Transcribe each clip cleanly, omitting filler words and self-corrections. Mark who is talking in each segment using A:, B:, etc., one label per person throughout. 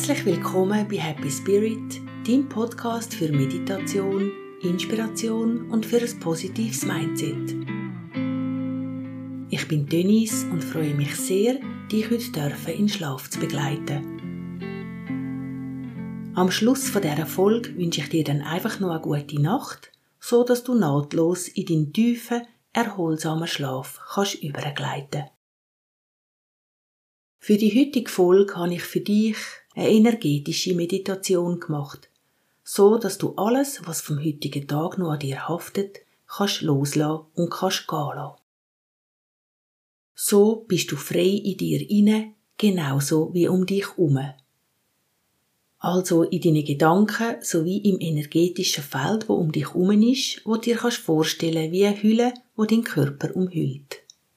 A: Herzlich willkommen bei Happy Spirit, deinem Podcast für Meditation, Inspiration und für ein positives Mindset. Ich bin Denise und freue mich sehr, dich heute in den Schlaf zu begleiten. Am Schluss von dieser Folge wünsche ich dir dann einfach noch eine gute Nacht, so dass du nahtlos in deinen tiefen, erholsamen Schlaf kannst übergleiten. Für die heutige Folge habe ich für dich eine energetische Meditation gemacht, so dass du alles, was vom heutigen Tag noch an dir haftet, kannst loslassen und kannst gehen lassen. So bist du frei in dir inne, genauso wie um dich herum. Also in deinen Gedanken sowie im energetischen Feld, wo um dich herum ist, wo du dir vorstellen wie eine Hülle, die deinen Körper umhüllt.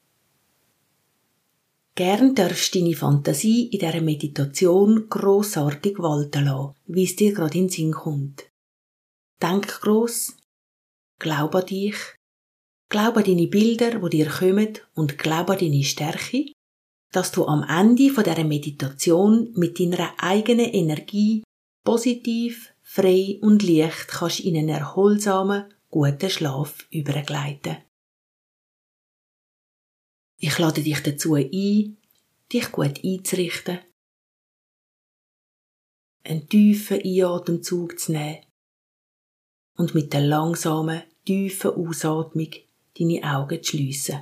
A: Gern darfst du deine Fantasie in dieser Meditation grossartig walten lassen, wie es dir gerade in den Sinn kommt. Denk gross, glaub an dich, glaub an deine Bilder, die dir kommen und glaub an deine Stärke, dass du am Ende von dieser Meditation mit deiner eigenen Energie positiv, frei und leicht kannst in einen erholsamen, guten Schlaf übergleiten. Ich lade dich dazu ein, dich gut einzurichten, einen tiefen Einatemzug zu nehmen und mit der langsamen, tiefen Ausatmung deine Augen zu schliessen.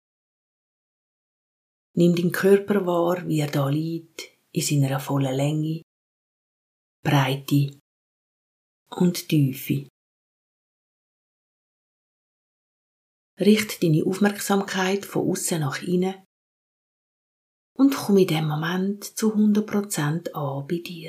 A: Nimm deinen Körper wahr, wie er da liegt, in seiner vollen Länge, Breite und Tiefe. Richte deine Aufmerksamkeit von außen nach innen und komm in diesem Moment zu 100% an bei dir.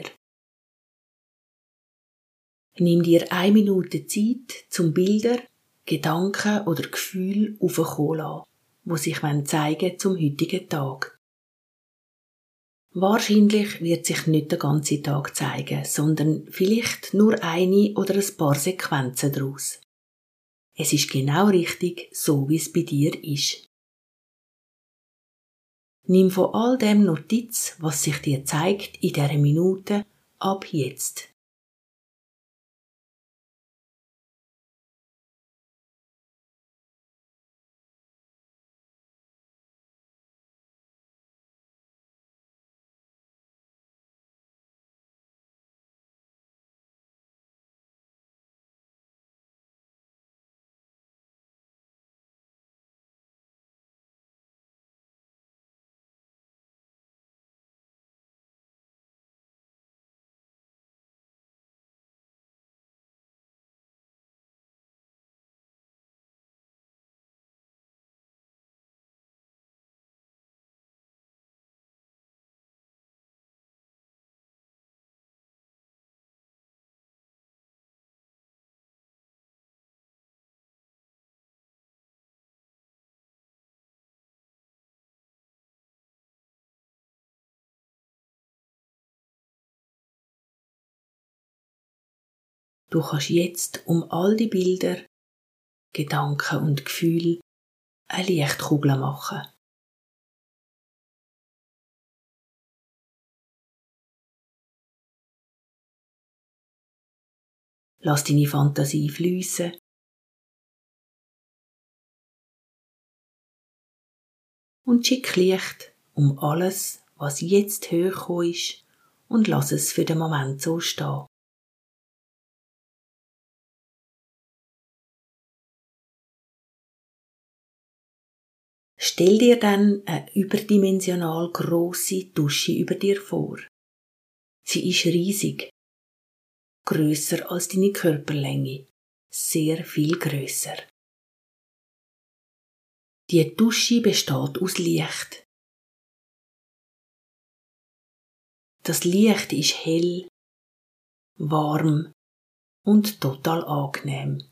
A: Nimm dir 1 Minute Zeit, zum Bilder, Gedanken oder Gefühle aufkommen lassen, die sich zeigen zum heutigen Tag. Wahrscheinlich wird sich nicht der ganze Tag zeigen, sondern vielleicht nur eine oder ein paar Sequenzen daraus. Es ist genau richtig, so wie es bei dir ist. Nimm von all dem Notiz, was sich dir zeigt in dieser Minute, ab jetzt. Du kannst jetzt um all die Bilder, Gedanken und Gefühle eine Lichtkugel machen. Lass deine Fantasie fliessen und schick Licht um alles, was jetzt hochgekommen ist, und lass es für den Moment so stehen. Stell dir dann eine überdimensional grosse Dusche über dir vor. Sie ist riesig, grösser als deine Körperlänge, sehr viel grösser. Die Dusche besteht aus Licht. Das Licht ist hell, warm und total angenehm.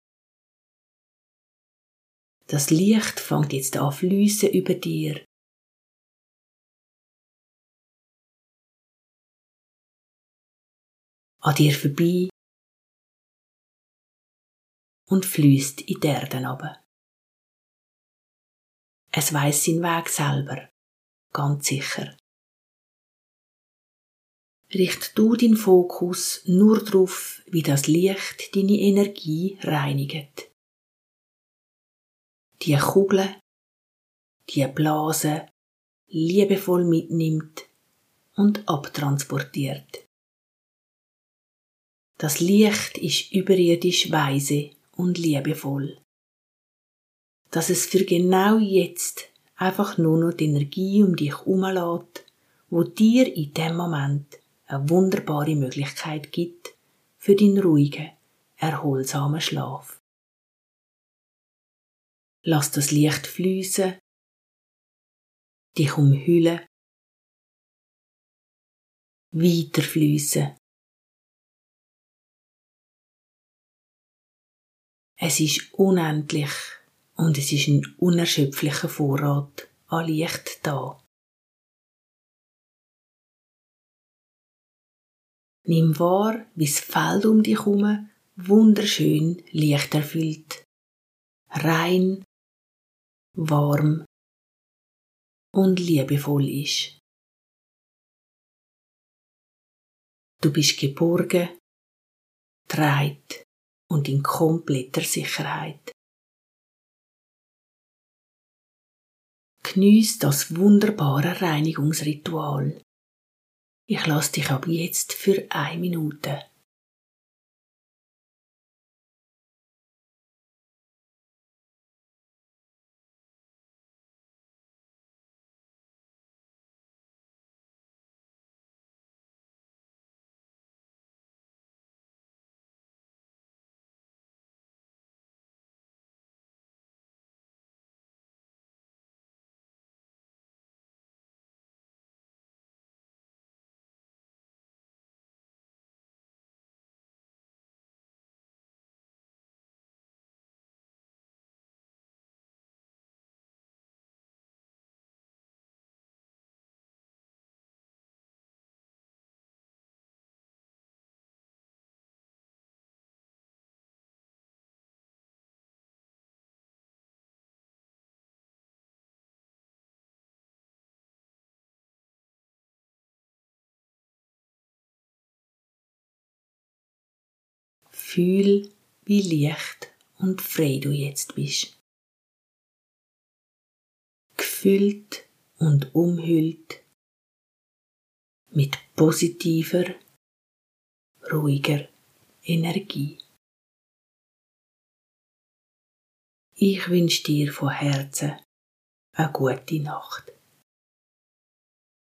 A: Das Licht fängt jetzt an zu fliessen über dir. An dir vorbei und fließt in die Erde runter. Es weiss seinen Weg selber, ganz sicher. Richte du deinen Fokus nur darauf, wie das Licht deine Energie reinigt. Die Kugel, die Blase liebevoll mitnimmt und abtransportiert. Das Licht ist überirdisch weise und liebevoll. Dass es für genau jetzt einfach nur noch die Energie um dich herumlässt, wo dir in dem Moment eine wunderbare Möglichkeit gibt für deinen ruhigen, erholsamen Schlaf. Lass das Licht fließen, dich umhüllen, weiter fließen. Es ist unendlich und es ist ein unerschöpflicher Vorrat an Licht da. Nimm wahr, wie das Feld um dich herum wunderschön lichterfüllt, rein, warm und liebevoll ist. Du bist geborgen, getragen und in kompletter Sicherheit. Geniess das wunderbare Reinigungsritual. Ich lasse dich ab jetzt für 1 Minute. Fühl, wie leicht und frei du jetzt bist. Gefüllt und umhüllt mit positiver, ruhiger Energie. Ich wünsche dir von Herzen eine gute Nacht.